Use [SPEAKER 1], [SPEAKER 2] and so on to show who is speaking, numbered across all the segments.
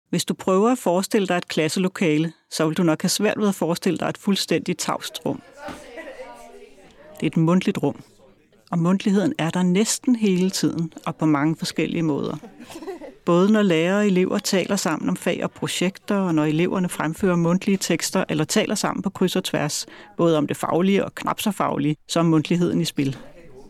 [SPEAKER 1] Hvis du prøver at forestille dig et klasselokale, så vil du nok have svært ved at forestille dig et fuldstændigt tavst rum. Det er et mundtligt rum, og mundtligheden er der næsten hele tiden og på mange forskellige måder. Både når lærere og elever taler sammen om fag og projekter, og når eleverne fremfører mundtlige tekster eller taler sammen på kryds og tværs, både om det faglige og knap så faglige, så er mundtligheden i spil.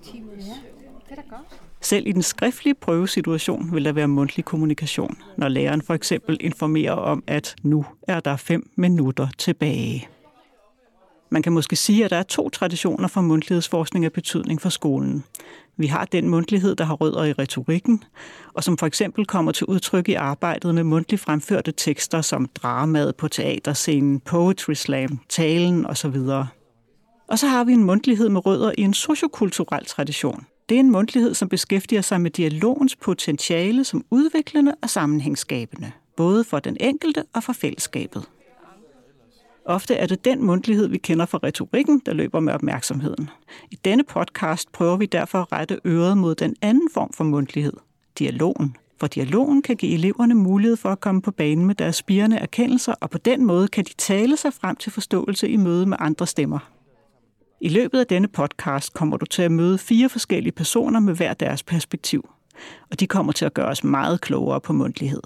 [SPEAKER 1] Selv i den skriftlige prøvesituation vil der være mundtlig kommunikation, når læreren for eksempel informerer om, at nu er der 5 minutter tilbage. Man kan måske sige, at der er 2 traditioner for mundtlighedsforskning af betydning for skolen. Vi har den mundtlighed, der har rødder i retorikken, og som for eksempel kommer til udtryk i arbejdet med mundtligt fremførte tekster som dramaet på teaterscenen, poetry slam, talen osv. Og så har vi en mundtlighed med rødder i en sociokulturel tradition. Det er en mundtlighed, som beskæftiger sig med dialogens potentiale som udviklende og sammenhængsskabende, både for den enkelte og for fællesskabet. Ofte er det den mundtlighed, vi kender fra retorikken, der løber med opmærksomheden. I denne podcast prøver vi derfor at rette øret mod den anden form for mundtlighed, dialogen. For dialogen kan give eleverne mulighed for at komme på banen med deres spirende erkendelser, og på den måde kan de tale sig frem til forståelse i møde med andre stemmer. I løbet af denne podcast kommer du til at møde 4 forskellige personer med hver deres perspektiv, og de kommer til at gøre os meget klogere på mundtlighed.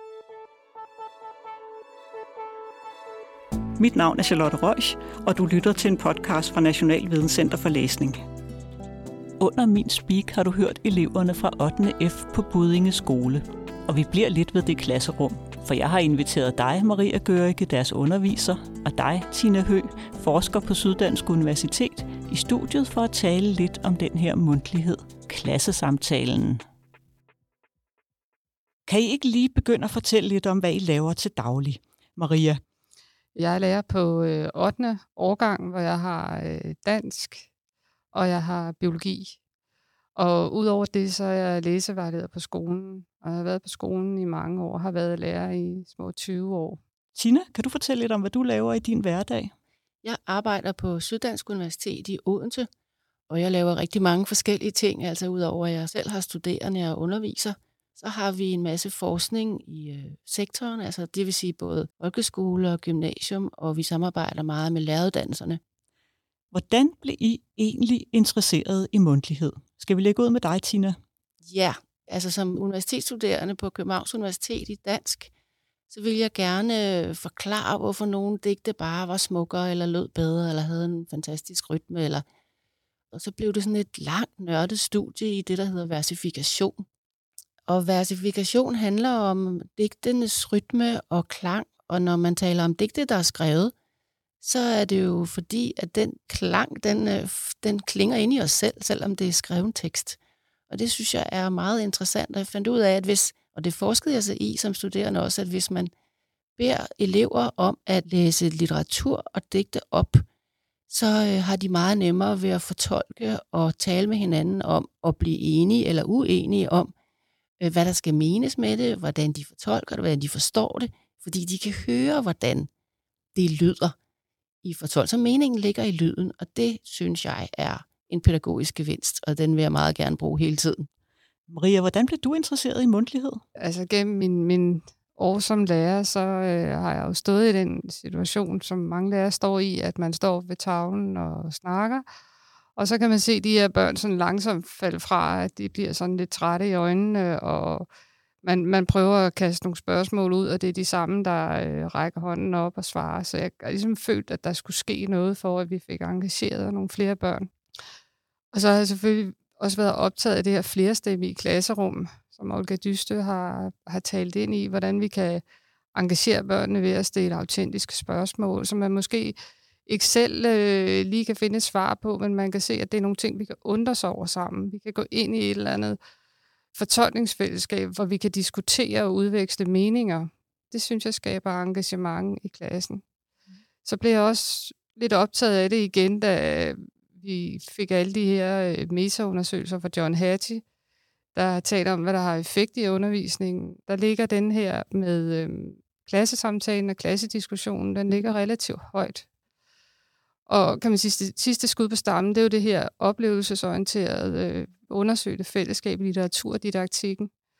[SPEAKER 1] Mit navn er Charlotte Reusch, og du lytter til en podcast fra National Videnscenter for Læsning. Under min speak har du hørt eleverne fra 8. F på Buddinge Skole, og vi bliver lidt ved det klasserum, for jeg har inviteret dig, Maria Gørike, deres underviser, og dig, Tina Høgh, forsker på Syddansk Universitet, i studiet for at tale lidt om den her mundtlighed, klassesamtalen. Kan I ikke lige begynde at fortælle lidt om, hvad I laver til daglig? Maria?
[SPEAKER 2] Jeg er lærer på 8. årgang, hvor jeg har dansk, og jeg har biologi. Og udover det, så er jeg læsevejleder på skolen, og jeg har været på skolen i mange år, har været lærer i små 20 år.
[SPEAKER 1] Tina, kan du fortælle lidt om, hvad du laver i din hverdag?
[SPEAKER 3] Jeg arbejder på Syddansk Universitet i Odense, og jeg laver rigtig mange forskellige ting. Altså udover at jeg selv har studerende og underviser, så har vi en masse forskning i sektoren, altså det vil sige både folkeskole og gymnasium, og vi samarbejder meget med læreruddannelserne.
[SPEAKER 1] Hvordan blev I egentlig interesseret i mundtlighed? Skal vi lægge ud med dig, Tina?
[SPEAKER 3] Ja, altså som universitetsstuderende på Københavns Universitet i dansk, så vil jeg gerne forklare, hvorfor nogle digte bare var smukkere, eller lød bedre, eller havde en fantastisk rytme. Og så blev det sådan et langt nørdet studie i det, der hedder versifikation. Og versifikation handler om digtenes rytme og klang, og når man taler om digte, der er skrevet, så er det jo fordi, at den klang, den klinger ind i os selv, selvom det er skrevet tekst. Og det synes jeg er meget interessant, og jeg fandt ud af, at og det forskede jeg sig i som studerende også, at hvis man beder elever om at læse litteratur og digte op, så har de meget nemmere ved at fortolke og tale med hinanden om at blive enige eller uenige om, hvad der skal menes med det, hvordan de fortolker det, hvordan de forstår det, fordi de kan høre, hvordan det lyder i fortolkning. Så meningen ligger i lyden, og det synes jeg er en pædagogisk gevinst, og den vil jeg meget gerne bruge hele tiden.
[SPEAKER 1] Maria, hvordan blev du interesseret i mundtlighed?
[SPEAKER 2] Altså gennem min år som lærer, så har jeg jo stået i den situation, som mange lærere står i, at man står ved tavlen og snakker, og så kan man se de her børn sådan langsomt falde fra, at de bliver sådan lidt trætte i øjnene, og man prøver at kaste nogle spørgsmål ud, og det er de samme, der rækker hånden op og svarer. Så jeg har ligesom følt, at der skulle ske noget for, at vi fik engageret nogle flere børn. Og så har jeg selvfølgelig også været optaget af det her flerstemmige klasserum, som Olga Dyste har talt ind i, hvordan vi kan engagere børnene ved at stille autentiske spørgsmål, som man måske ikke selv lige kan finde et svar på, men man kan se, at det er nogle ting, vi kan undre sig over sammen. Vi kan gå ind i et eller andet fortolkningsfællesskab, hvor vi kan diskutere og udveksle meninger. Det synes jeg skaber engagement i klassen. Så blev jeg også lidt optaget af det igen, da vi fik alle de her metaundersøgelser fra John Hattie, der taler om, hvad der har effekt i undervisningen. Der ligger den her med klassesamtalen og klassediskussionen, den ligger relativt højt. Og kan man sige, det sidste skud på stammen, det er jo det her oplevelsesorienterede undersøgte fællesskab i litteraturdidaktikken,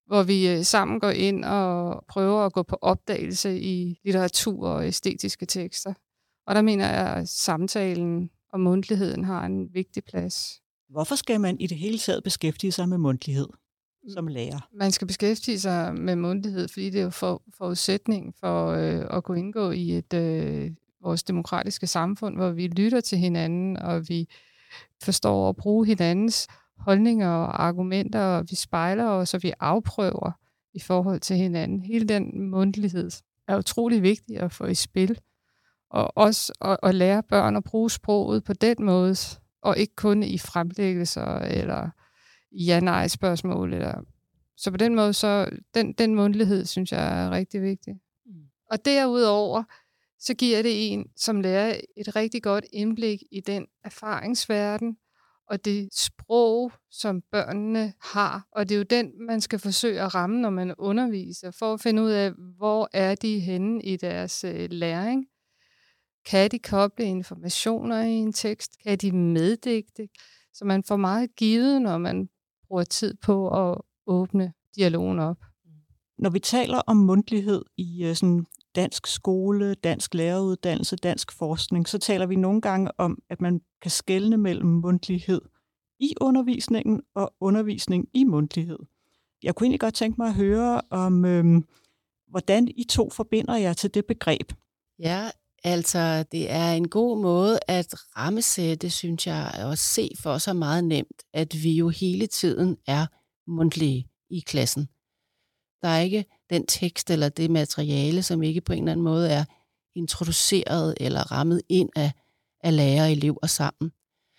[SPEAKER 2] hvor vi sammen går ind og prøver at gå på opdagelse i litteratur og æstetiske tekster. Og der mener jeg, at samtalen og mundtligheden har en vigtig plads.
[SPEAKER 1] Hvorfor skal man i det hele taget beskæftige sig med mundtlighed som lærer?
[SPEAKER 2] Man skal beskæftige sig med mundtlighed, fordi det er jo forudsætning for at kunne indgå i vores demokratiske samfund, hvor vi lytter til hinanden, og vi forstår at bruge hinandens holdninger og argumenter, og vi spejler os, og vi afprøver i forhold til hinanden. Hele den mundtlighed er utrolig vigtig at få i spil, og også at lære børn at bruge sproget på den måde, og ikke kun i fremlæggelser eller ja-nej-spørgsmål. Så på den måde, så den mundtlighed, synes jeg er rigtig vigtig. Og derudover, så giver det en som lærer et rigtig godt indblik i den erfaringsverden, og det sprog, som børnene har. Og det er jo den, man skal forsøge at ramme, når man underviser, for at finde ud af, hvor er de henne i deres læring. Kan de koble informationer i en tekst? Kan de meddigte? Så man får meget givet, når man bruger tid på at åbne dialogen op.
[SPEAKER 1] Når vi taler om mundtlighed i sådan dansk skole, dansk læreruddannelse, dansk forskning, så taler vi nogle gange om, at man kan skelne mellem mundtlighed i undervisningen og undervisning i mundtlighed. Jeg kunne egentlig godt tænke mig at høre om, hvordan I to forbinder jer til det begreb.
[SPEAKER 3] Ja, altså det er en god måde at rammesætte, synes jeg, og se for sig meget nemt, at vi jo hele tiden er mundtlige i klassen. Der er ikke den tekst eller det materiale, som ikke på en eller anden måde er introduceret eller rammet ind af lærere og elever sammen.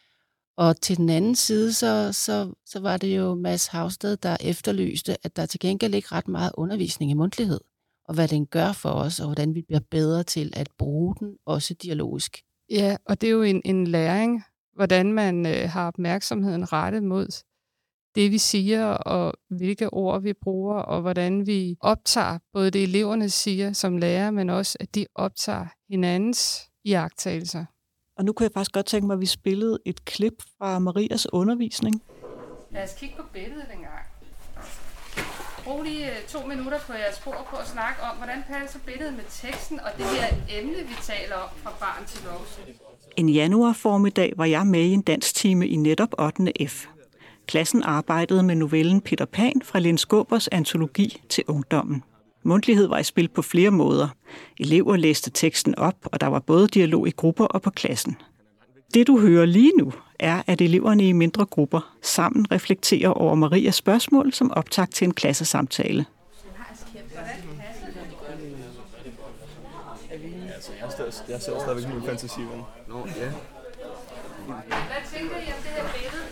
[SPEAKER 3] Og til den anden side, så var det jo Mads Havsted, der efterlyste, at der til gengæld ikke ret meget undervisning i mundtlighed, og hvad den gør for os, og hvordan vi bliver bedre til at bruge den, også dialogisk.
[SPEAKER 2] Ja, og det er jo en læring, hvordan man har opmærksomheden rettet mod det, vi siger, og hvilke ord vi bruger, og hvordan vi optager både det, eleverne siger som lærer, men også, at de optager hinandens iagttagelser.
[SPEAKER 1] Og nu kunne jeg faktisk godt tænke mig, at vi spillede et klip fra Marias undervisning.
[SPEAKER 2] Lad os kigge på billedet engang. Brug lige 2 minutter på jeres spor på at snakke om, hvordan passer billedet med teksten og det her emne, vi taler om fra barn til voksen.
[SPEAKER 1] En januar formiddag var jeg med i en danstime i netop 8. F. Klassen arbejdede med novellen Peter Pan fra Lene Skåbers antologi til ungdommen. Mundtlighed var i spil på flere måder. Elever læste teksten op, og der var både dialog i grupper og på klassen. Det du hører lige nu, er, at eleverne i mindre grupper sammen reflekterer over Marias spørgsmål som optakt til en klassesamtale.
[SPEAKER 4] Jeg ser stadigvæk min fantasiven.
[SPEAKER 5] Nå, ja.
[SPEAKER 2] Hvad tænker I om det her billede?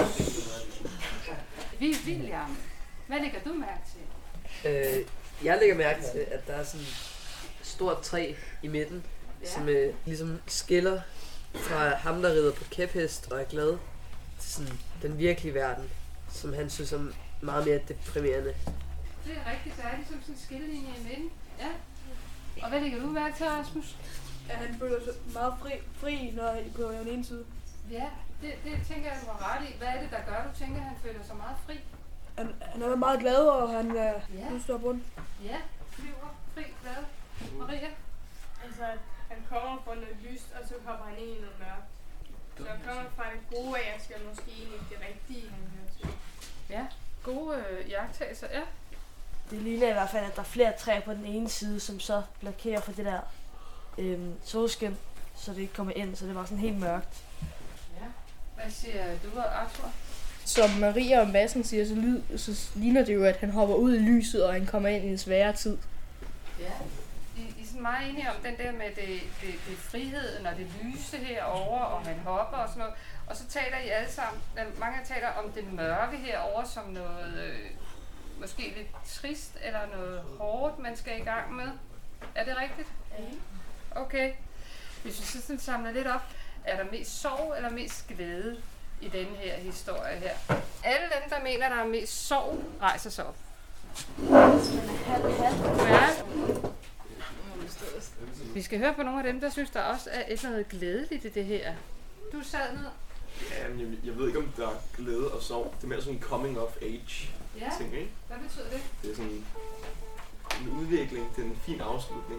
[SPEAKER 2] William, hvad lægger du mærke til?
[SPEAKER 5] Jeg lægger mærke til, at der er sådan et stort træ i midten, som ligesom skiller fra ham, der rider på kæphest og er glad, til sådan den virkelige verden, som han synes er meget mere deprimerende.
[SPEAKER 2] Det er rigtigt, der er ligesom sådan en skillelinje i midten. Ja. Og hvad lægger du mærke til, Rasmus?
[SPEAKER 6] Ja, han føler sig meget fri, når I på den ene side.
[SPEAKER 2] Ja, det tænker jeg, du har ret i. Hvad er det, der gør, du tænker, at han føler sig meget fri?
[SPEAKER 6] Han er meget glad, og han nu står på den.
[SPEAKER 2] Ja, flyver, fri, glad. Maria?
[SPEAKER 7] Altså, han kommer fra noget lyst, og så kommer han ind i noget mørkt. Så han kommer fra det gode af, at skal måske egentlig det rigtige, han hører til.
[SPEAKER 2] Ja, gode iagttagelser, ja.
[SPEAKER 8] Det ligner i hvert fald, at der er flere træer på den ene side, som så blokerer for det der solskin, så det ikke kommer ind, så det var sådan helt mørkt.
[SPEAKER 2] Ja. Hvad siger du, Arthur?
[SPEAKER 6] Som Maria og Madsen siger, så ligner det jo, at han hopper ud i lyset, og han kommer ind i en sværere tid.
[SPEAKER 2] Ja, I er sådan meget enige om den der med det friheden og det lyse herover og han hopper og sådan noget. Og så taler I alle sammen, mange taler om det mørke herover som noget måske lidt trist eller noget hårdt, man skal i gang med. Er det rigtigt? Ja. Okay. Hvis vi så sådan samler lidt op, er der mest sorg eller mest glæde i denne her historie her? Alle dem, der mener, der er mest sorg, rejser sig op. Ja. Vi skal høre på nogle af dem, der synes, der også er et noget glædeligt i det her. Du sad ned.
[SPEAKER 4] Ja, men jeg ved ikke, om der er glæde og sorg. Det er mere sådan en coming of age ting, ikke?
[SPEAKER 2] Hvad betyder det?
[SPEAKER 4] Det er sådan en udvikling, det er en fin afslutning.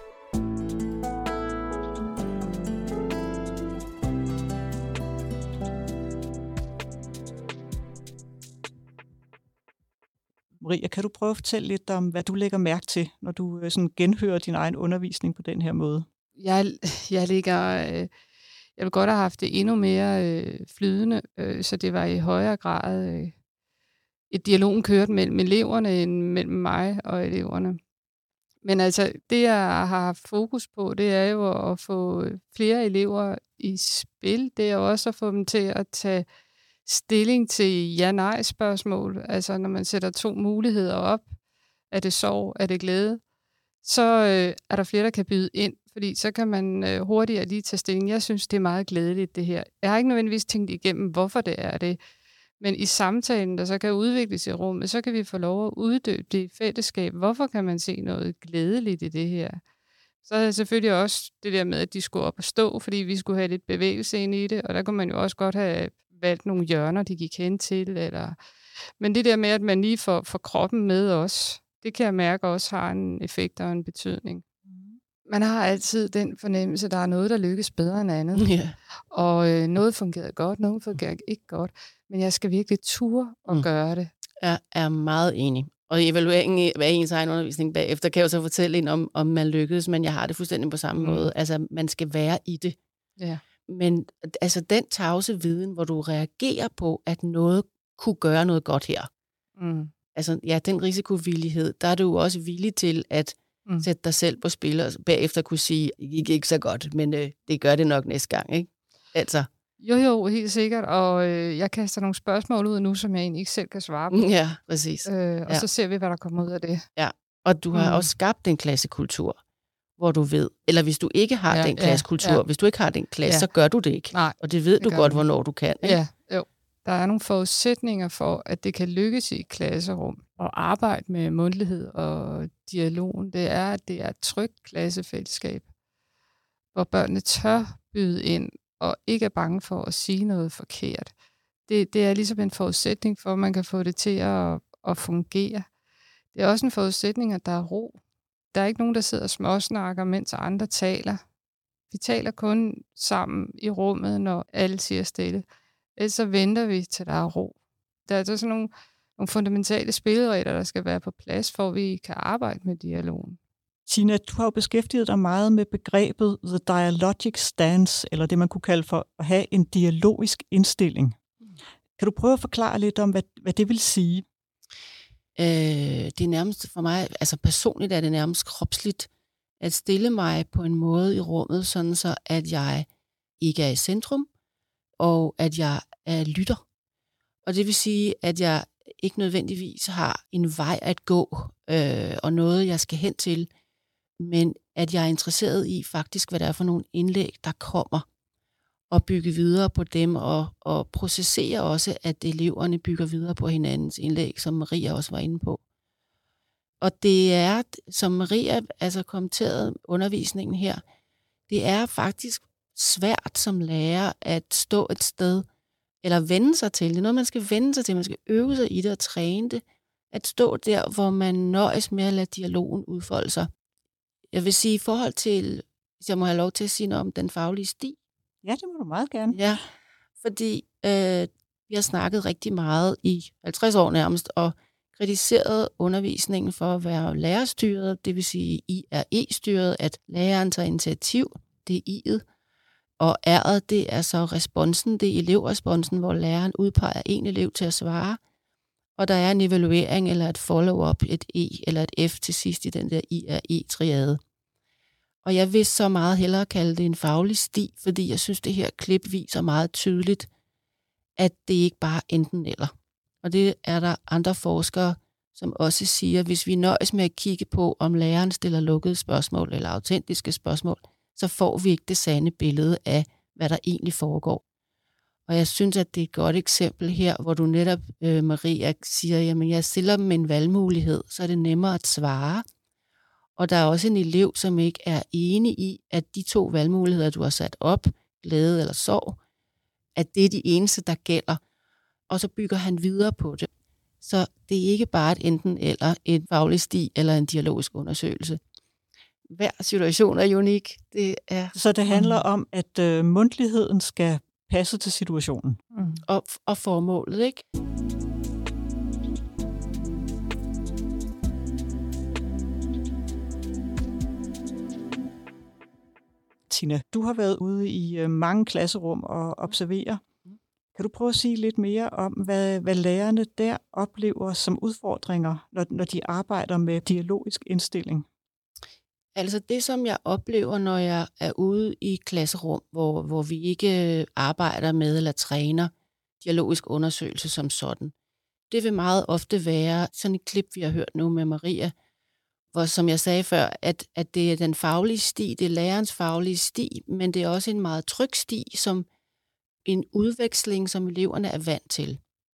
[SPEAKER 1] Maria, kan du prøve at fortælle lidt om, hvad du lægger mærke til, når du sådan genhører din egen undervisning på den her måde?
[SPEAKER 2] Jeg vil godt have haft det endnu mere flydende, så det var i højere grad et dialogen kørte mellem eleverne end mellem mig og eleverne. Men altså, det jeg har haft fokus på, det er jo at få flere elever i spil. Det er jo også at få dem til at tage stilling til ja-nej-spørgsmål. Altså, når man sætter 2 muligheder op, er det sorg, er det glæde, så er der flere, der kan byde ind, fordi så kan man hurtigere lige tage stilling. Jeg synes, det er meget glædeligt, det her. Jeg har ikke nødvendigvis tænkt igennem, hvorfor det er det. Men i samtalen, der så kan udvikles i rummet, så kan vi få lov at uddybe det i fællesskab. Hvorfor kan man se noget glædeligt i det her? Så er det selvfølgelig også det der med, at de skulle op og stå, fordi vi skulle have lidt bevægelse ind i det, og der kunne man jo også godt have valgt nogle hjørner, de gik hen til. Men det der med, at man lige får kroppen med os, det kan jeg mærke også har en effekt og en betydning. Man har altid den fornemmelse, at der er noget, der lykkes bedre end andet.
[SPEAKER 3] Ja.
[SPEAKER 2] Og noget fungerede godt, noget fungerede ikke godt. Men jeg skal virkelig ture og gøre det.
[SPEAKER 3] Jeg er meget enig. Og evalueringen af ens egen undervisning bagefter kan jo så fortælle en om man lykkedes, men jeg har det fuldstændig på samme måde. Altså, man skal være i det.
[SPEAKER 2] Ja.
[SPEAKER 3] Men altså, den tavse viden, hvor du reagerer på, at noget kunne gøre noget godt her. Altså, ja, den risikovillighed, der er du også villig til at sætte dig selv på spil, og bagefter kunne sige, det gik ikke så godt, men det gør det nok næste gang, ikke? Altså.
[SPEAKER 2] Jo, helt sikkert, og jeg kaster nogle spørgsmål ud nu, som jeg egentlig ikke selv kan svare på.
[SPEAKER 3] Ja, præcis.
[SPEAKER 2] Og så ser vi, hvad der kommer ud af det.
[SPEAKER 3] Ja, og du har også skabt en klassekultur, hvor du ved, eller hvis du ikke har den klassekultur, hvis du ikke har den klasse, så gør du det ikke.
[SPEAKER 2] Nej,
[SPEAKER 3] og det ved du godt, hvornår du kan. Ikke?
[SPEAKER 2] Ja, jo. Der er nogle forudsætninger for, at det kan lykkes i et klasserum og arbejde med mundtlighed og dialogen. Det er, at det er et trygt klassefællesskab, hvor børnene tør byde ind og ikke er bange for at sige noget forkert. Det er ligesom en forudsætning for, at man kan få det til at fungere. Det er også en forudsætning, at der er ro. Der er ikke nogen, der sidder og småsnakker, mens andre taler. Vi taler kun sammen i rummet, når alle siger stille. Ellers så venter vi, til der er ro. Der er altså sådan nogle fundamentale spilleregler, der skal være på plads, for at vi kan arbejde med dialogen.
[SPEAKER 1] Tina, du har jo beskæftiget dig meget med begrebet the dialogic stance, eller det man kunne kalde for at have en dialogisk indstilling. Kan du prøve at forklare lidt om, hvad det vil sige?
[SPEAKER 3] Det er nærmest for mig, altså personligt er det nærmest kropsligt, at stille mig på en måde i rummet, sådan så at jeg ikke er i centrum, og at jeg lytter. Og det vil sige, at jeg ikke nødvendigvis har en vej at gå, og noget, jeg skal hen til, men at jeg er interesseret i faktisk, hvad det er for nogle indlæg, der kommer, og bygge videre på dem, og processere også, at eleverne bygger videre på hinandens indlæg, som Maria også var inde på. Og det er, som Maria altså kommenterede undervisningen her, det er faktisk svært som lærer at stå et sted, eller vende sig til. Det er noget, man skal vende sig til. Man skal øve sig i det og træne det. At stå der, hvor man nøjes med at lade dialogen udfolde sig. Jeg vil sige i forhold til, hvis jeg må have lov til at sige noget om den faglige sti.
[SPEAKER 1] Ja, det må du meget gerne.
[SPEAKER 3] Ja, fordi vi har snakket rigtig meget i 50 år nærmest, og kritiseret undervisningen for at være lærerstyret, det vil sige IRE-styret, at læreren tager initiativ, det er I'et, og R'et, det er så responsen, det er elevresponsen, hvor læreren udpeger en elev til at svare, og der er en evaluering eller et follow-up, et E eller et F til sidst i den der IRE-triade. Og jeg vil så meget hellere kalde det en faglig sti, fordi jeg synes, det her klip viser meget tydeligt, at det ikke bare enten eller. Og det er der andre forskere, som også siger, hvis vi nøjes med at kigge på, om læreren stiller lukkede spørgsmål eller autentiske spørgsmål, så får vi ikke det sande billede af, hvad der egentlig foregår. Og jeg synes, at det er et godt eksempel her, hvor du netop, Maria, siger, jamen jeg stiller dem en valgmulighed, så er det nemmere at svare. Og der er også en elev, som ikke er enig i, at de 2 valgmuligheder, du har sat op, glæde eller sorg, at det er de eneste, der gælder. Og så bygger han videre på det. Så det er ikke bare et enten eller, et faglig sti eller en dialogisk undersøgelse. Hver situation er unik.
[SPEAKER 1] Så det handler om, at mundtligheden skal passe til situationen.
[SPEAKER 3] Og formålet, ikke?
[SPEAKER 1] Tina, du har været ude i mange klasserum og observere. Kan du prøve at sige lidt mere om, hvad lærerne der oplever som udfordringer, når de arbejder med dialogisk indstilling?
[SPEAKER 3] Altså det, som jeg oplever, når jeg er ude i klasserum, hvor vi ikke arbejder med eller træner dialogisk undersøgelse som sådan, det vil meget ofte være sådan et klip, vi har hørt nu med Maria, hvor, som jeg sagde før, at det er den faglige sti, det er lærerens faglige sti, men det er også en meget tryg sti, som en udveksling, som eleverne er vant til.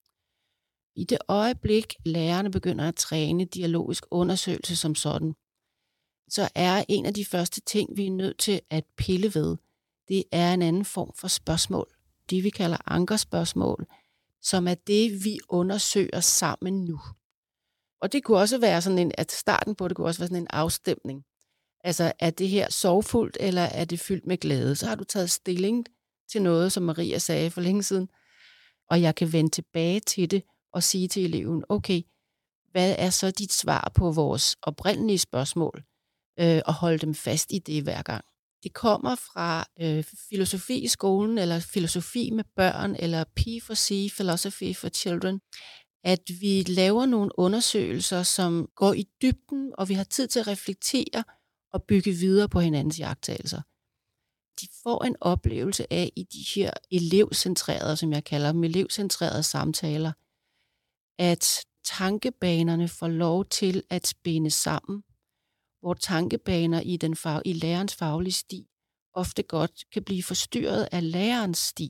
[SPEAKER 3] I det øjeblik, lærerne begynder at træne dialogisk undersøgelse som sådan, så er en af de første ting, vi er nødt til at pille ved, det er en anden form for spørgsmål. Det vi kalder ankerspørgsmål, som er det, vi undersøger sammen nu. Og det kunne også være sådan at starten på det kunne også være sådan en afstemning. Altså, er det her sorgfuldt, eller er det fyldt med glæde? Så har du taget stilling til noget, som Maria sagde for længe siden, og jeg kan vende tilbage til det og sige til eleven, okay, hvad er så dit svar på vores oprindelige spørgsmål? Og holde dem fast i det hver gang. Det kommer fra filosofi i skolen, eller filosofi med børn, eller P4C, Philosophy for Children, at vi laver nogle undersøgelser, som går i dybden, og vi har tid til at reflektere og bygge videre på hinandens iagttagelser. De får en oplevelse af i de her elevcentrerede, som jeg kalder dem, elevcentrerede samtaler, at tankebanerne får lov til at spænde sammen, hvor tankebaner i lærerens faglige sti ofte godt kan blive forstyrret af lærerens sti.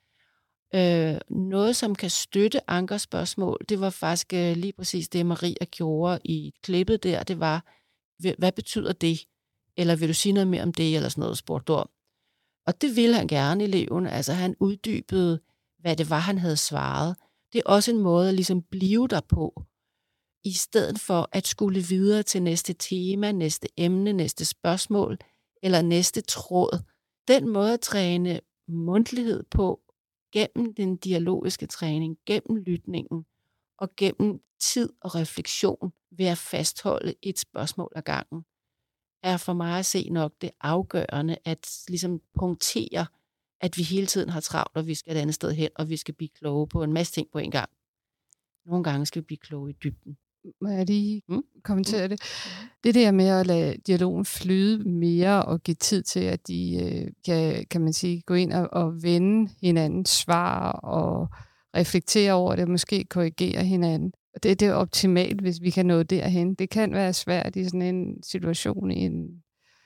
[SPEAKER 3] Noget, som kan støtte ankerspørgsmål, det var faktisk lige præcis det, Maria gjorde i klippet der. Det var, hvad betyder det? Eller vil du sige noget mere om det? Eller sådan noget, spurgte du om. Og det ville han gerne, eleven. Altså han uddybede, hvad det var, han havde svaret. Det er også en måde at ligesom blive der på, i stedet for at skulle videre til næste tema, næste emne, næste spørgsmål eller næste tråd. Den måde at træne mundtlighed på, gennem den dialogiske træning, gennem lytningen og gennem tid og refleksion ved at fastholde et spørgsmål ad gangen, er for mig at se nok det afgørende at ligesom punktere, at vi hele tiden har travlt, og vi skal et andet sted hen, og vi skal blive kloge på en masse ting på en gang. Nogle gange skal vi blive kloge i dybden.
[SPEAKER 2] Må jeg lige kommentere det? Det der med at lade dialogen flyde mere og give tid til, at de kan man sige, gå ind og vende hinandens svar og reflektere over det, og måske korrigere hinanden. Og det er optimalt, hvis vi kan nå derhen. Det kan være svært i sådan en situation i en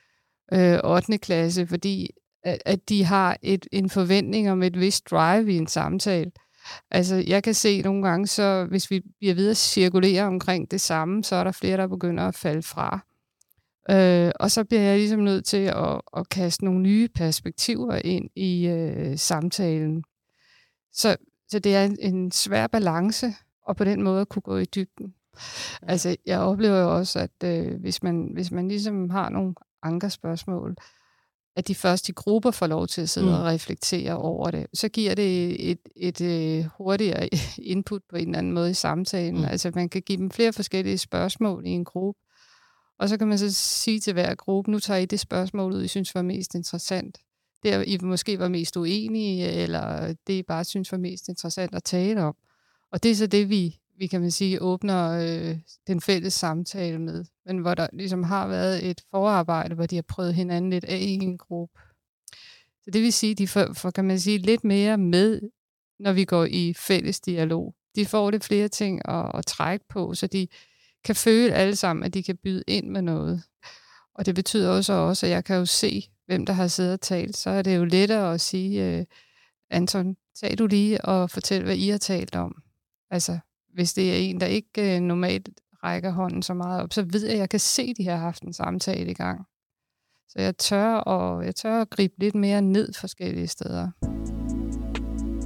[SPEAKER 2] 8. klasse, fordi at de har en forventning om et vist drive i en samtale. Altså, jeg kan se nogle gange, så hvis vi bliver ved at cirkulere omkring det samme, så er der flere, der begynder at falde fra. Og så bliver jeg ligesom nødt til at kaste nogle nye perspektiver ind i samtalen. Så det er en svær balance, og på den måde at kunne gå i dybden. Altså, jeg oplever jo også, at hvis man ligesom har nogle ankerspørgsmål, at de første grupper får lov til at sidde og reflektere over det, så giver det et hurtigere input på en eller anden måde i samtalen. Altså man kan give dem flere forskellige spørgsmål i en gruppe, og så kan man så sige til hver gruppe, nu tager I det spørgsmål ud, I synes var mest interessant. Det I måske var mest uenige, eller det I bare synes var mest interessant at tale om. Og det er så det, vi kan man sige, åbner den fælles samtale med. Men hvor der ligesom har været et forarbejde, hvor de har prøvet hinanden lidt af i en gruppe. Så det vil sige, at de får kan man sige, lidt mere med, når vi går i fælles dialog. De får lidt flere ting at trække på, så de kan føle alle sammen, at de kan byde ind med noget. Og det betyder også, at jeg kan jo se, hvem der har siddet og talt. Så er det jo lettere at sige, Anton, tag du lige og fortæl, hvad I har talt om. Altså, hvis det er en, der ikke normalt rækker hånden så meget op, så ved jeg, at jeg kan se, at de har haft en samtale i gang. Så jeg tør at gribe lidt mere ned forskellige steder.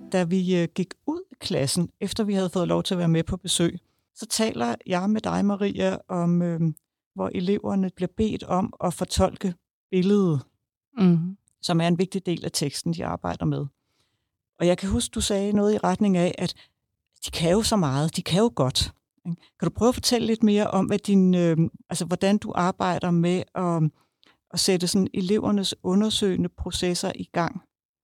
[SPEAKER 1] da vi gik ud i klassen, efter vi havde fået lov til at være med på besøg, så taler jeg med dig, Maria, om, hvor eleverne bliver bedt om at fortolke billedet, som er en vigtig del af teksten, de arbejder med. Og jeg kan huske, du sagde noget i retning af, at de kan jo så meget, de kan jo godt. Kan du prøve at fortælle lidt mere om, hvad hvordan du arbejder med at sætte sådan elevernes undersøgende processer i gang?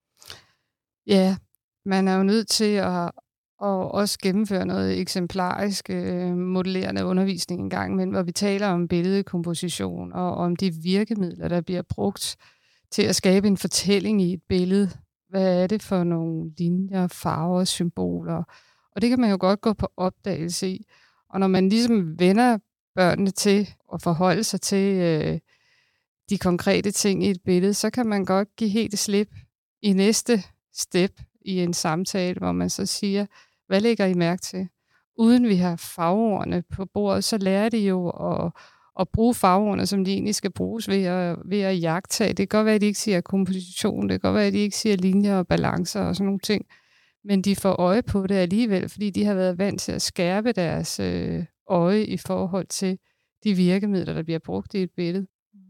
[SPEAKER 2] Ja, man er jo nødt til at også gennemføre noget eksemplarisk modellerende undervisning en gang imellem, hvor vi taler om billedkomposition og om de virkemidler, der bliver brugt til at skabe en fortælling i et billede. Hvad er det for nogle linjer, farver, symboler? Og det kan man jo godt gå på opdagelse i. Og når man ligesom vender børnene til at forholde sig til de konkrete ting i et billede, så kan man godt give helt slip i næste step i en samtale, hvor man så siger, hvad lægger I mærke til? Uden vi har fagordene på bordet, så lærer de jo at bruge fagordene, som de egentlig skal bruges ved at jagtage. Det kan godt være, at de ikke siger komposition, det kan godt være, at de ikke siger linjer og balancer og sådan nogle ting, men de får øje på det alligevel, fordi de har været vant til at skærpe deres øje i forhold til de virkemidler, der bliver brugt i et billede.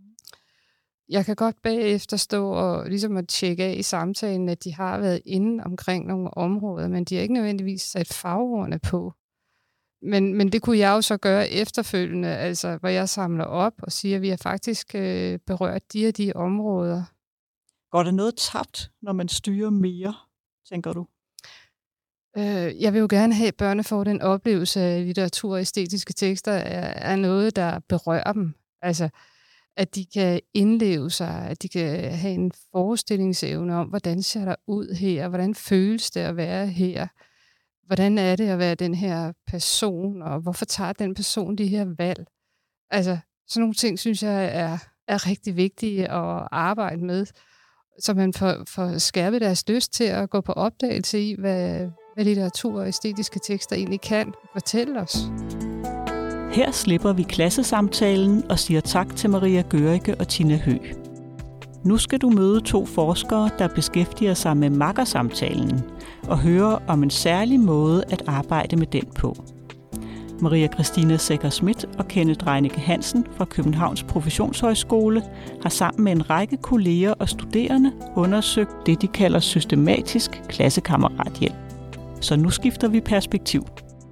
[SPEAKER 2] Jeg kan godt bagefter stå og ligesom at tjekke af i samtalen, at de har været inde omkring nogle områder, men de har ikke nødvendigvis sat fagordene på. Men det kunne jeg jo så gøre efterfølgende, altså hvor jeg samler op og siger, at vi har faktisk berørt de og de områder.
[SPEAKER 1] Går der noget tabt, når man styrer mere, tænker du?
[SPEAKER 2] Jeg vil jo gerne have, at børnene får den oplevelse af litteratur og æstetiske tekster er noget, der berører dem. Altså, at de kan indleve sig, at de kan have en forestillingsevne om, hvordan ser der ud her, hvordan føles det at være her, hvordan er det at være den her person, og hvorfor tager den person de her valg. Altså, sådan nogle ting, synes jeg er rigtig vigtige at arbejde med, så man får skærpet deres lyst til at gå på opdagelse i, hvad litteratur og æstetiske tekster egentlig kan fortælle os.
[SPEAKER 1] Her slipper vi klassesamtalen og siger tak til Maria Gørike og Tina Høgh. Nu skal du møde 2 forskere, der beskæftiger sig med makkersamtalen og høre om en særlig måde at arbejde med den på. Maria Christina Secher-Schmidt og Kenneth Reinicke Hansen fra Københavns Professionshøjskole har sammen med en række kolleger og studerende undersøgt det, de kalder systematisk klassekammeratathjælp. Så nu skifter vi perspektiv.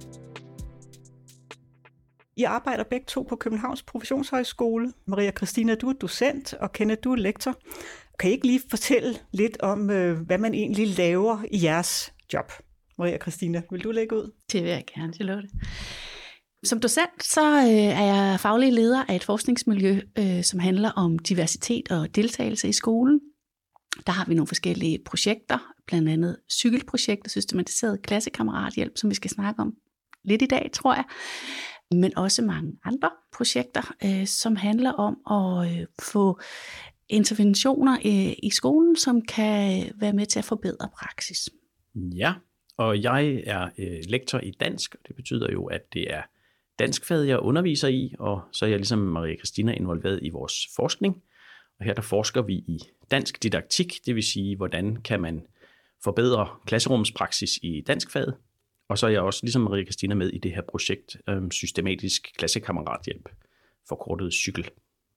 [SPEAKER 1] I arbejder begge 2 på Københavns Professionshøjskole. Maria Christina, du er docent, og Kenneth, du er lektor. Kan I ikke lige fortælle lidt om, hvad man egentlig laver i jeres job? Maria Christina, vil du lægge ud?
[SPEAKER 9] Det vil jeg gerne, til det. Som docent så er jeg faglig leder af et forskningsmiljø, som handler om diversitet og deltagelse i skolen. Der har vi nogle forskellige projekter, blandt andet cykelprojektet, systematiseret klassekammeratathjælp, som vi skal snakke om lidt i dag, tror jeg. Men også mange andre projekter, som handler om at få interventioner i skolen, som kan være med til at forbedre praksis.
[SPEAKER 10] Ja, og jeg er lektor i dansk, og det betyder jo, at det er danskfaget, jeg underviser i, og så er jeg ligesom Maria Christina involveret i vores forskning. Og her der forsker vi i dansk didaktik, det vil sige, hvordan kan man forbedre klasserumspraksis i danskfaget. Og så er jeg også ligesom Maria Christina med i det her projekt systematisk klassekammeratathjælp, forkortet cykel.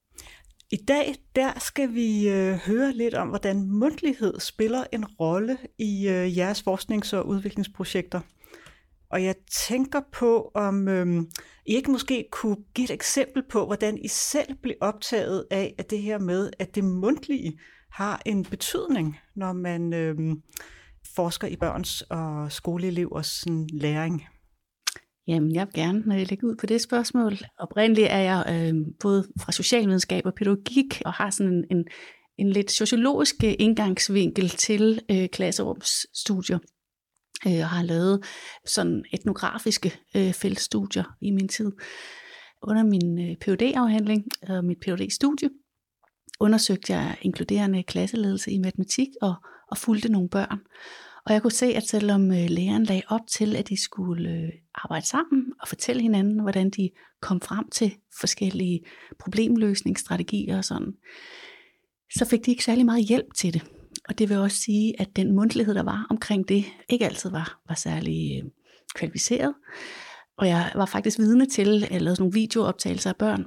[SPEAKER 1] I dag der skal vi høre lidt om, hvordan mundtlighed spiller en rolle i jeres forsknings- og udviklingsprojekter. Og jeg tænker på, om I ikke måske kunne give et eksempel på, hvordan I selv blev optaget af at det her med, at det mundtlige har en betydning, når man forsker i børns og skoleelevers læring.
[SPEAKER 9] Jamen, jeg vil gerne lægge ud på det spørgsmål. Oprindeligt er jeg både fra socialvidenskab og pædagogik, og har sådan en lidt sociologisk indgangsvinkel til klasserumsstudier. Jeg har lavet sådan etnografiske feltstudier i min tid. Under min Ph.D.-afhandling og mit Ph.D.-studie undersøgte jeg inkluderende klasseledelse i matematik og fulgte nogle børn. Og jeg kunne se, at selvom læreren lagde op til, at de skulle arbejde sammen og fortælle hinanden, hvordan de kom frem til forskellige problemløsningsstrategier og sådan, så fik de ikke særlig meget hjælp til det. Og det vil også sige, at den mundtlighed, der var omkring det, ikke altid var særlig kvalificeret. Og jeg var faktisk vidne til, at jeg lavede sådan nogle videooptagelser af børn.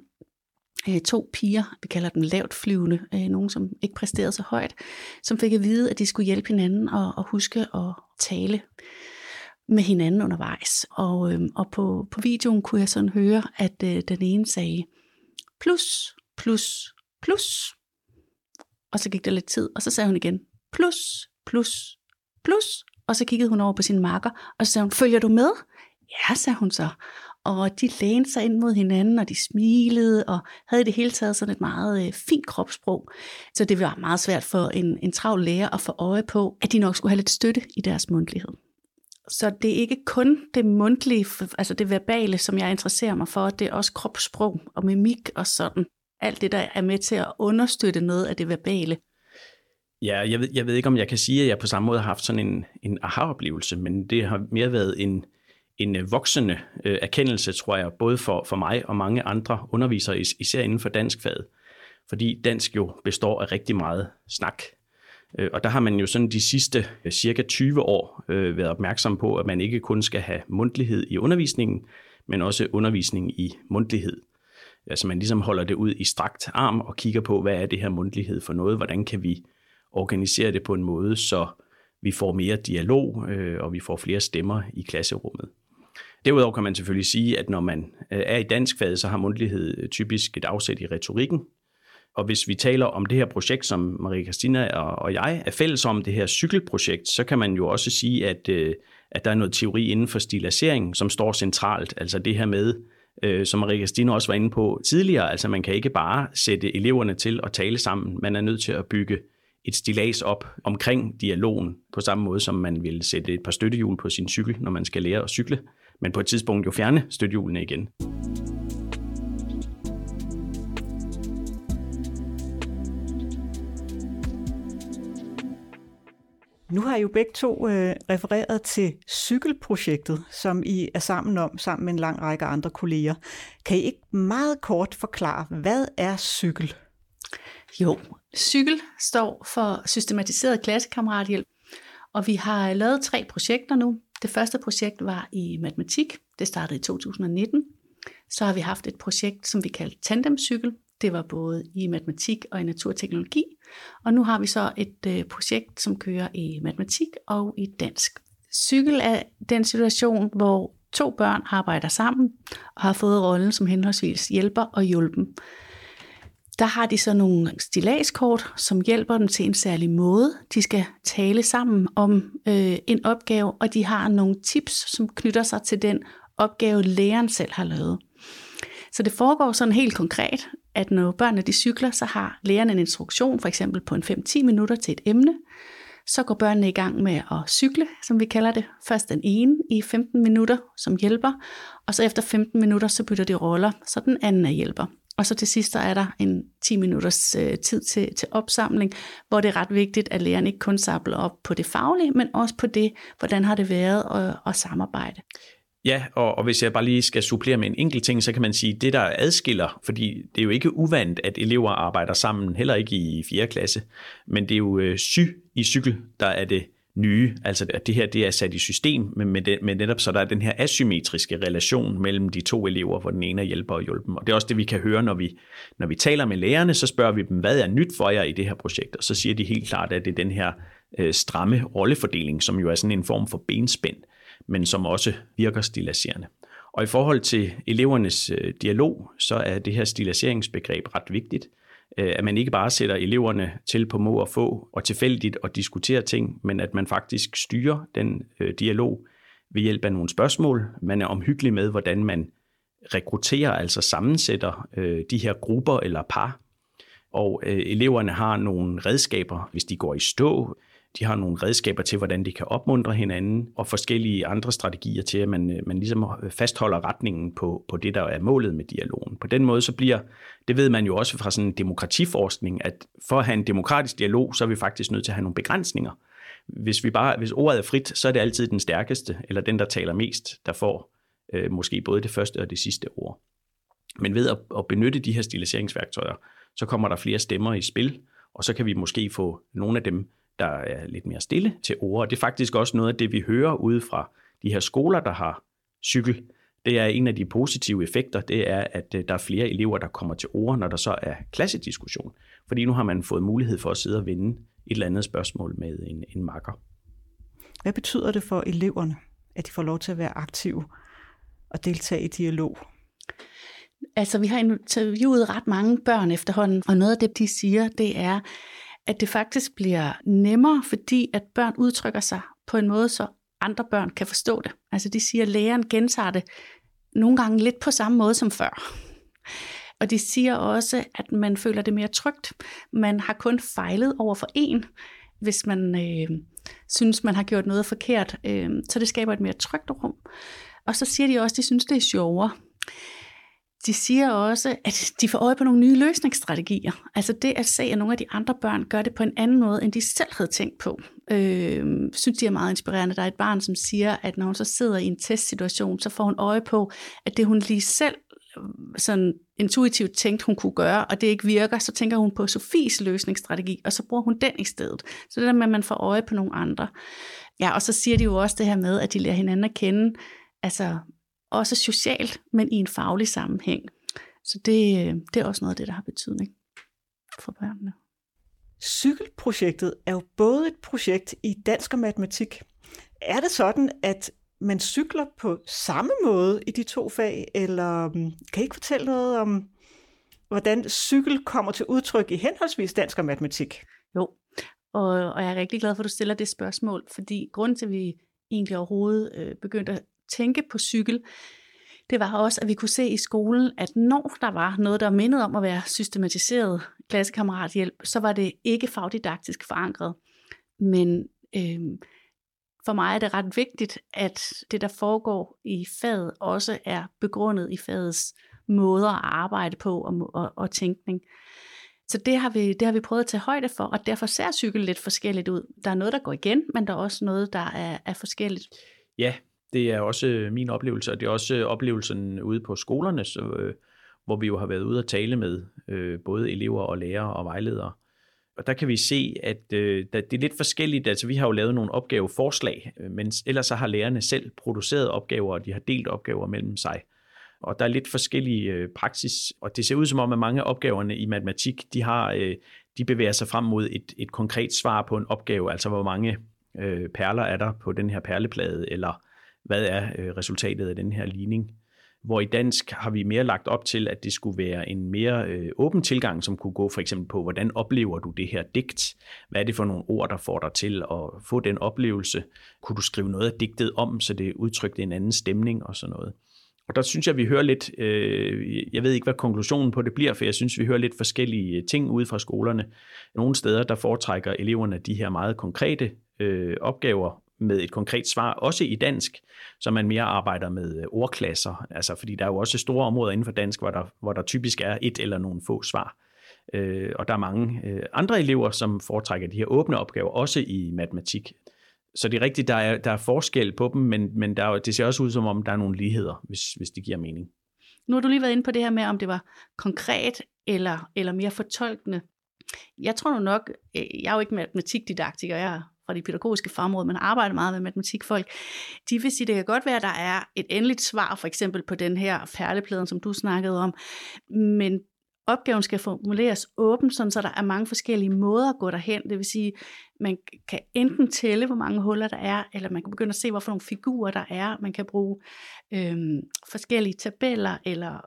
[SPEAKER 9] 2 piger, vi kalder dem lavt flyvende, nogen som ikke præsterede så højt, som fik at vide, at de skulle hjælpe hinanden og huske at tale med hinanden undervejs. Og på videoen kunne jeg sådan høre, at den ene sagde plus, plus, plus. Og så gik der lidt tid, og så sagde hun igen plus, plus, plus. Og så kiggede hun over på sin makker, og så sagde hun, følger du med? Ja, sagde hun så. Og de lænede sig ind mod hinanden, og de smilede, og havde i det hele taget sådan et meget fint kropssprog. Så det var meget svært for en travl lærer at få øje på, at de nok skulle have lidt støtte i deres mundtlighed. Så det er ikke kun det mundtlige, altså det verbale, som jeg interesserer mig for, det er også kropssprog og mimik og sådan. Alt det, der er med til at understøtte noget af det verbale.
[SPEAKER 10] Ja, jeg ved ikke, om jeg kan sige, at jeg på samme måde har haft sådan en aha-oplevelse, men det har mere været en voksende erkendelse, tror jeg, både for mig og mange andre undervisere, især inden for danskfaget. Fordi dansk jo består af rigtig meget snak. Og der har man jo sådan de sidste cirka 20 år været opmærksom på, at man ikke kun skal have mundtlighed i undervisningen, men også undervisning i mundtlighed. Altså man ligesom holder det ud i strakt arm og kigger på, hvad er det her mundtlighed for noget? Hvordan kan vi organisere det på en måde, så vi får mere dialog, og vi får flere stemmer i klasserummet. Derudover kan man selvfølgelig sige, at når man er i danskfaget, så har mundtlighed typisk et afsæt i retorikken. Og hvis vi taler om det her projekt, som Maria Christina og jeg er fælles om, det her cykelprojekt, så kan man jo også sige, at der er noget teori inden for stilisering, som står centralt. Altså det her med, som Maria Christina også var inde på tidligere, altså man kan ikke bare sætte eleverne til at tale sammen. Man er nødt til at bygge et stillads op omkring dialogen, på samme måde som man vil sætte et par støttehjul på sin cykel, når man skal lære at cykle, men på et tidspunkt jo fjerne støttehjulene igen.
[SPEAKER 1] Nu har I jo begge to refereret til cykelprojektet, som I er sammen med en lang række andre kolleger. Kan I ikke meget kort forklare, hvad er cykel?
[SPEAKER 9] Jo, cykel står for systematiseret klassekammeratshjælp, og vi har lavet 3 projekter nu. Det første projekt var i matematik, det startede i 2019. Så har vi haft et projekt, som vi kaldte tandemcykel. Det var både i matematik og i naturteknologi. Og nu har vi så et projekt, som kører i matematik og i dansk. Cykel er den situation, hvor 2 børn arbejder sammen og har fået rollen som henholdsvis hjælper og hjælpen. Der har de så nogle stilladskort, som hjælper dem til en særlig måde. De skal tale sammen om en opgave, og de har nogle tips, som knytter sig til den opgave, læreren selv har lavet. Så det foregår sådan helt konkret, at når børnene de cykler, så har læreren en instruktion, for eksempel på en 5-10 minutter til et emne. Så går børnene i gang med at cykle, som vi kalder det. Først den ene i 15 minutter som hjælper, og så efter 15 minutter, så bytter de roller, så den anden er hjælper. Og så til sidst er der en 10 minutters tid til opsamling, hvor det er ret vigtigt, at læreren ikke kun samler op på det faglige, men også på det, hvordan har det været at samarbejde.
[SPEAKER 10] Ja, og hvis jeg bare lige skal supplere med en enkelt ting, så kan man sige, at det der adskiller, fordi det er jo ikke uvandt, at elever arbejder sammen, heller ikke i 4. klasse, men det er jo i cykel, der er det nye, altså at det her det er sat i system, men netop så der er den her asymmetriske relation mellem de 2 elever, hvor den ene er hjælper og hjælpen. Og det er også det, vi kan høre, når vi taler med lærerne, så spørger vi dem, hvad er nyt for jer i det her projekt? Og så siger de helt klart, at det er den her stramme rollefordeling, som jo er sådan en form for benspænd, men som også virker stillaserende. Og i forhold til elevernes dialog, så er det her stillasseringsbegreb ret vigtigt, at man ikke bare sætter eleverne til på må og få og tilfældigt at diskutere ting, men at man faktisk styrer den dialog ved hjælp af nogle spørgsmål. Man er omhyggelig med, hvordan man rekrutterer, altså sammensætter de her grupper eller par. Og eleverne har nogle redskaber, hvis de går i stå. De har nogle redskaber til, hvordan de kan opmuntre hinanden, og forskellige andre strategier til, at man ligesom fastholder retningen på det, der er målet med dialogen. På den måde så bliver, det ved man jo også fra sådan en demokratiforskning, at for at have en demokratisk dialog, så er vi faktisk nødt til at have nogle begrænsninger. Hvis ordet er frit, så er det altid den stærkeste, eller den, der taler mest, der får måske både det første og det sidste ord. Men ved at benytte de her stiliseringsværktøjer, så kommer der flere stemmer i spil, og så kan vi måske få nogle af dem, der er lidt mere stille til ord. Og det er faktisk også noget af det, vi hører ude fra de her skoler, der har cykel. Det er en af de positive effekter, det er, at der er flere elever, der kommer til ord, når der så er klassediskussion. Fordi nu har man fået mulighed for at sidde og vende et eller andet spørgsmål med en makker.
[SPEAKER 1] Hvad betyder det for eleverne, at de får lov til at være aktive og deltage i dialog?
[SPEAKER 9] Altså, vi har interviewet ret mange børn efterhånden, og noget af det, de siger, det er, at det faktisk bliver nemmere, fordi at børn udtrykker sig på en måde, så andre børn kan forstå det. Altså, de siger, at læreren gentager det nogle gange lidt på samme måde som før. Og de siger også, at man føler det mere trygt. Man har kun fejlet over for en, hvis man synes, man har gjort noget forkert. Så det skaber et mere trygt rum. Og så siger de også, at de synes, det er sjovere. De siger også, at de får øje på nogle nye løsningsstrategier. Altså det at se, at nogle af de andre børn gør det på en anden måde, end de selv havde tænkt på. Synes de er meget inspirerende. Der er et barn, som siger, at når hun så sidder i en testsituation, så får hun øje på, at det hun lige selv sådan intuitivt tænkte, hun kunne gøre, og det ikke virker, så tænker hun på Sofies løsningsstrategi, og så bruger hun den i stedet. Så det der med, at man får øje på nogle andre. Ja, og så siger de jo også det her med, at de lærer hinanden at kende, altså også socialt, men i en faglig sammenhæng. Så det er også noget af det, der har betydning for børnene.
[SPEAKER 1] Cykelprojektet er jo både et projekt i dansk og matematik. Er det sådan, at man cykler på samme måde i de to fag, eller kan I ikke fortælle noget om, hvordan cykel kommer til udtryk i henholdsvis dansk og matematik?
[SPEAKER 9] Jo, og jeg er rigtig glad for, at du stiller det spørgsmål, fordi grunden til, at vi egentlig overhovedet begyndte at tænke på cykel, det var også, at vi kunne se i skolen, at når der var noget, der mindede om at være systematiseret klassekammerathjælp, så var det ikke fagdidaktisk forankret. Men for mig er det ret vigtigt, at det, der foregår i faget, også er begrundet i fagets måder at arbejde på og tænkning. Så det har vi prøvet at tage højde for, og derfor ser cykel lidt forskelligt ud. Der er noget, der går igen, men der er også noget, der er forskelligt.
[SPEAKER 10] Ja, det er også min oplevelse, og det er også oplevelsen ude på skolerne, hvor vi jo har været ude at tale med både elever og lærere og vejledere. Og der kan vi se, at det er lidt forskelligt. Altså vi har jo lavet nogle opgaveforslag, men ellers så har lærerne selv produceret opgaver, og de har delt opgaver mellem sig. Og der er lidt forskellige praksis, og det ser ud som om, at mange af opgaverne i matematik, de bevæger sig frem mod et konkret svar på en opgave, altså hvor mange perler er der på den her perleplade, eller hvad er resultatet af den her ligning. Hvor i dansk har vi mere lagt op til, at det skulle være en mere åben tilgang, som kunne gå for eksempel på, hvordan oplever du det her digt? Hvad er det for nogle ord, der får dig til at få den oplevelse? Kunne du skrive noget af digtet om, så det udtrykte en anden stemning og sådan noget? Og der synes jeg, vi hører lidt, jeg ved ikke, hvad konklusionen på det bliver, for jeg synes, vi hører lidt forskellige ting ude fra skolerne. Nogle steder, der foretrækker eleverne de her meget konkrete opgaver, med et konkret svar, også i dansk, så man mere arbejder med ordklasser, altså fordi der er jo også store områder inden for dansk, hvor der typisk er et eller nogle få svar. Og der er mange andre elever, som foretrækker de her åbne opgaver, også i matematik. Så det er rigtigt, der er forskel på dem, men det ser også ud som om, der er nogle ligheder, hvis det giver mening.
[SPEAKER 9] Nu har du lige været inde på det her med, om det var konkret eller mere fortolkende. Jeg tror nok, jeg er jo ikke matematikdidaktiker, jeg er fra de pædagogiske fagområder, man arbejder meget med matematikfolk, de vil sige, det kan godt være, at der er et endeligt svar, for eksempel på den her perleplade, som du snakkede om, men opgaven skal formuleres åbent, så der er mange forskellige måder at gå derhen. Det vil sige, man kan enten tælle, hvor mange huller der er, eller man kan begynde at se, hvorfor nogle figurer der er. Man kan bruge forskellige tabeller, eller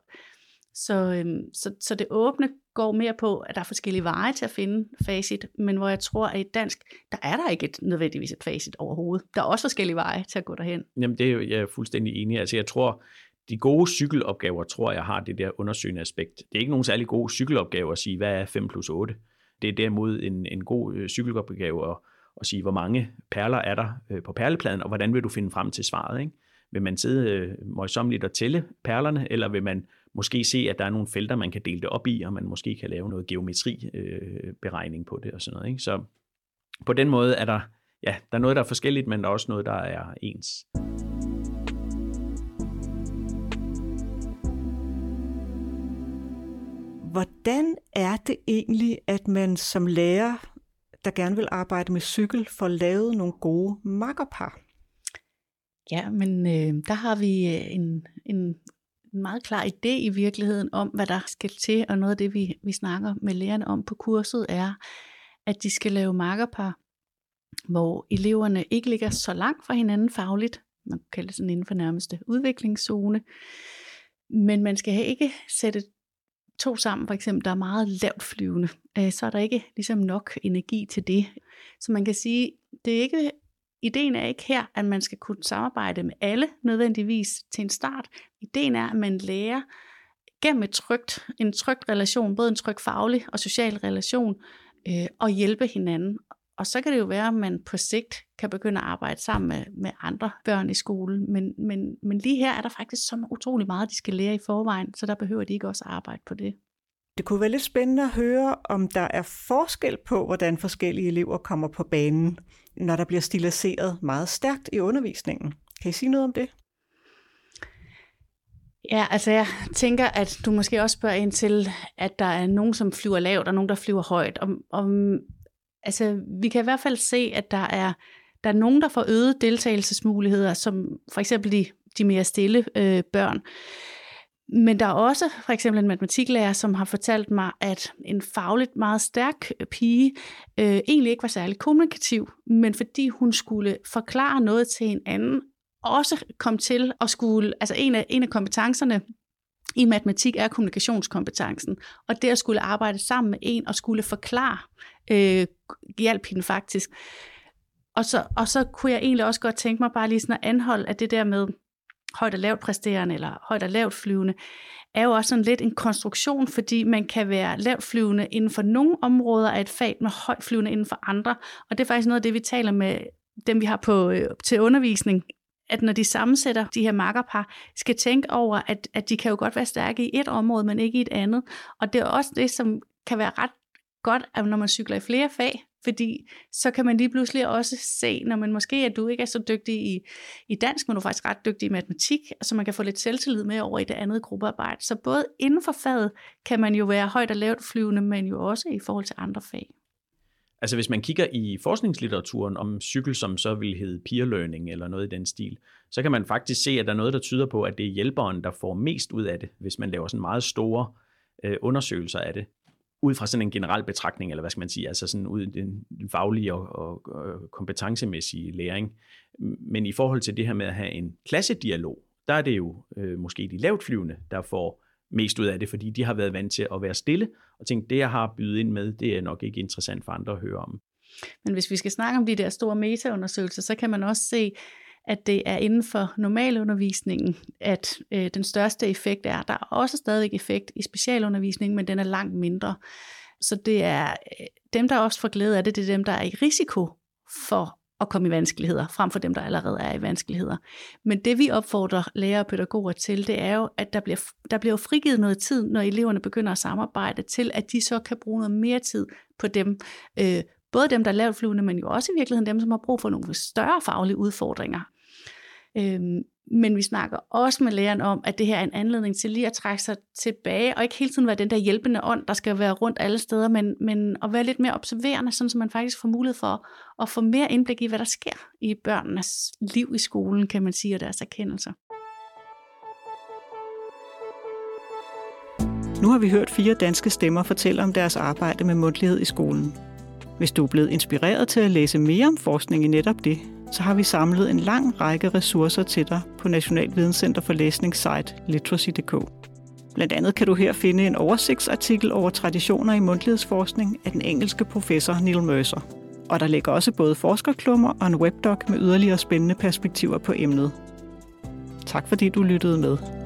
[SPEAKER 9] så det åbne går mere på, at der er forskellige veje til at finde facit, men hvor jeg tror, at i dansk, der er der ikke nødvendigvis et facit overhovedet. Der er også forskellige veje til at gå derhen.
[SPEAKER 10] Jamen det er jeg er fuldstændig enig. Altså jeg tror, de gode cykelopgaver, tror jeg har det der undersøgende aspekt. Det er ikke nogen særlig gode cykelopgaver at sige, hvad er 5 plus 8? Det er derimod en god cykelopgave at sige, hvor mange perler er der på perlepladen, og hvordan vil du finde frem til svaret, ikke? Vil man sidde møjsommeligt og tælle perlerne, eller vil man måske se, at der er nogle felter, man kan dele det op i, og man måske kan lave noget geometriberegning på det og sådan noget, ikke? Så på den måde er der er noget, der er forskelligt, men der er også noget, der er ens.
[SPEAKER 1] Hvordan er det egentlig, at man som lærer der gerne vil arbejde med cykel, får lavet nogle gode makkerpar.
[SPEAKER 9] Ja, men der har vi en meget klar idé i virkeligheden om, hvad der skal til, og noget af det, vi snakker med lærerne om på kurset, er, at de skal lave makkerpar, hvor eleverne ikke ligger så langt fra hinanden fagligt, man kan kalde det sådan inden for nærmeste udviklingszone, men man skal ikke sætte to sammen, for eksempel, der er meget lavt flyvende, så er der ikke ligesom nok energi til det. Så man kan sige, det er ikke, ideen er ikke her, at man skal kunne samarbejde med alle nødvendigvis til en start. Ideen er, at man lærer gennem en trygt relation, både en tryg faglig og social relation, og hjælpe hinanden. Og så kan det jo være, at man på sigt kan begynde at arbejde sammen med andre børn i skolen. Men lige her er der faktisk så utrolig meget, de skal lære i forvejen, så der behøver de ikke også arbejde på det.
[SPEAKER 1] Det kunne være lidt spændende at høre, om der er forskel på, hvordan forskellige elever kommer på banen, når der bliver stiliseret meget stærkt i undervisningen. Kan I sige noget om det?
[SPEAKER 9] Ja, altså jeg tænker, at du måske også spørger ind til, at der er nogen, som flyver lavt, og nogen, der flyver højt. Altså, vi kan i hvert fald se, at der er nogen, der får øget deltagelsesmuligheder, som for eksempel de mere stille børn. Men der er også for eksempel en matematiklærer, som har fortalt mig, at en fagligt meget stærk pige egentlig ikke var særlig kommunikativ, men fordi hun skulle forklare noget til en anden, også kom til at skulle, altså en af kompetencerne i matematik er kommunikationskompetencen, og det at skulle arbejde sammen med en og skulle forklare, hjalp hende faktisk. Og så kunne jeg egentlig også godt tænke mig bare lige sådan at anholde, at det der med højt og lavt præsterende eller højt og lavt flyvende, er jo også sådan lidt en konstruktion, fordi man kan være lavt flyvende inden for nogle områder af et fag, med højt flyvende inden for andre. Og det er faktisk noget af det, vi taler med dem, vi har til undervisning, at når de sammensætter de her makkerpar, skal tænke over, at de kan jo godt være stærke i et område, men ikke i et andet. Og det er også det, som kan være ret godt, når man cykler i flere fag, fordi så kan man lige pludselig også se, når man måske, at du ikke er så dygtig i dansk, men du er faktisk ret dygtig i matematik, så man kan få lidt selvtillid med over i det andet gruppearbejde. Så både inden for faget kan man jo være højt og lavt flyvende, men jo også i forhold til andre fag.
[SPEAKER 10] Altså hvis man kigger i forskningslitteraturen om cykel, som så vil hedde peer learning eller noget i den stil, så kan man faktisk se, at der er noget, der tyder på, at det er hjælperen, der får mest ud af det, hvis man laver sådan meget store undersøgelser af det. Ud fra sådan en generel betragtning, eller hvad skal man sige, altså sådan ud i den faglige og kompetencemæssige læring. Men i forhold til det her med at have en klassedialog, der er det jo måske de lavtflyvende, der får mest ud af det, fordi de har været vant til at være stille, og tænkt, det jeg har bydet ind med, det er nok ikke interessant for andre at høre om.
[SPEAKER 9] Men hvis vi skal snakke om de der store metaundersøgelser, så kan man også se, at det er inden for normalundervisningen, at den største effekt er. Der er også stadig effekt i specialundervisningen, men den er langt mindre. Så det er dem, der også får glæde af det, det er dem, der er i risiko for at komme i vanskeligheder, frem for dem, der allerede er i vanskeligheder. Men det vi opfordrer lærere og pædagoger til, det er jo, at der bliver frigivet noget tid, når eleverne begynder at samarbejde, til at de så kan bruge noget mere tid på dem, både dem, der er lavtflyvende, men jo også i virkeligheden dem, som har brug for nogle større faglige udfordringer. Men vi snakker også med læreren om, at det her er en anledning til lige at trække sig tilbage, og ikke hele tiden være den der hjælpende ånd, der skal være rundt alle steder, men at være lidt mere observerende, sådan så man faktisk får mulighed for at få mere indblik i, hvad der sker i børnenes liv i skolen, kan man sige, og deres erkendelser.
[SPEAKER 1] Nu har vi hørt 4 danske stemmer fortælle om deres arbejde med mundtlighed i skolen. Hvis du er blevet inspireret til at læse mere om forskning i netop det, så har vi samlet en lang række ressourcer til dig på National Videnscenter for Læsning site Literacy.dk. Blandt andet kan du her finde en oversigtsartikel over traditioner i mundtlighedsforskning af den engelske professor Neil Mercer. Og der ligger også både forskerklummer og en webdoc med yderligere spændende perspektiver på emnet. Tak fordi du lyttede med.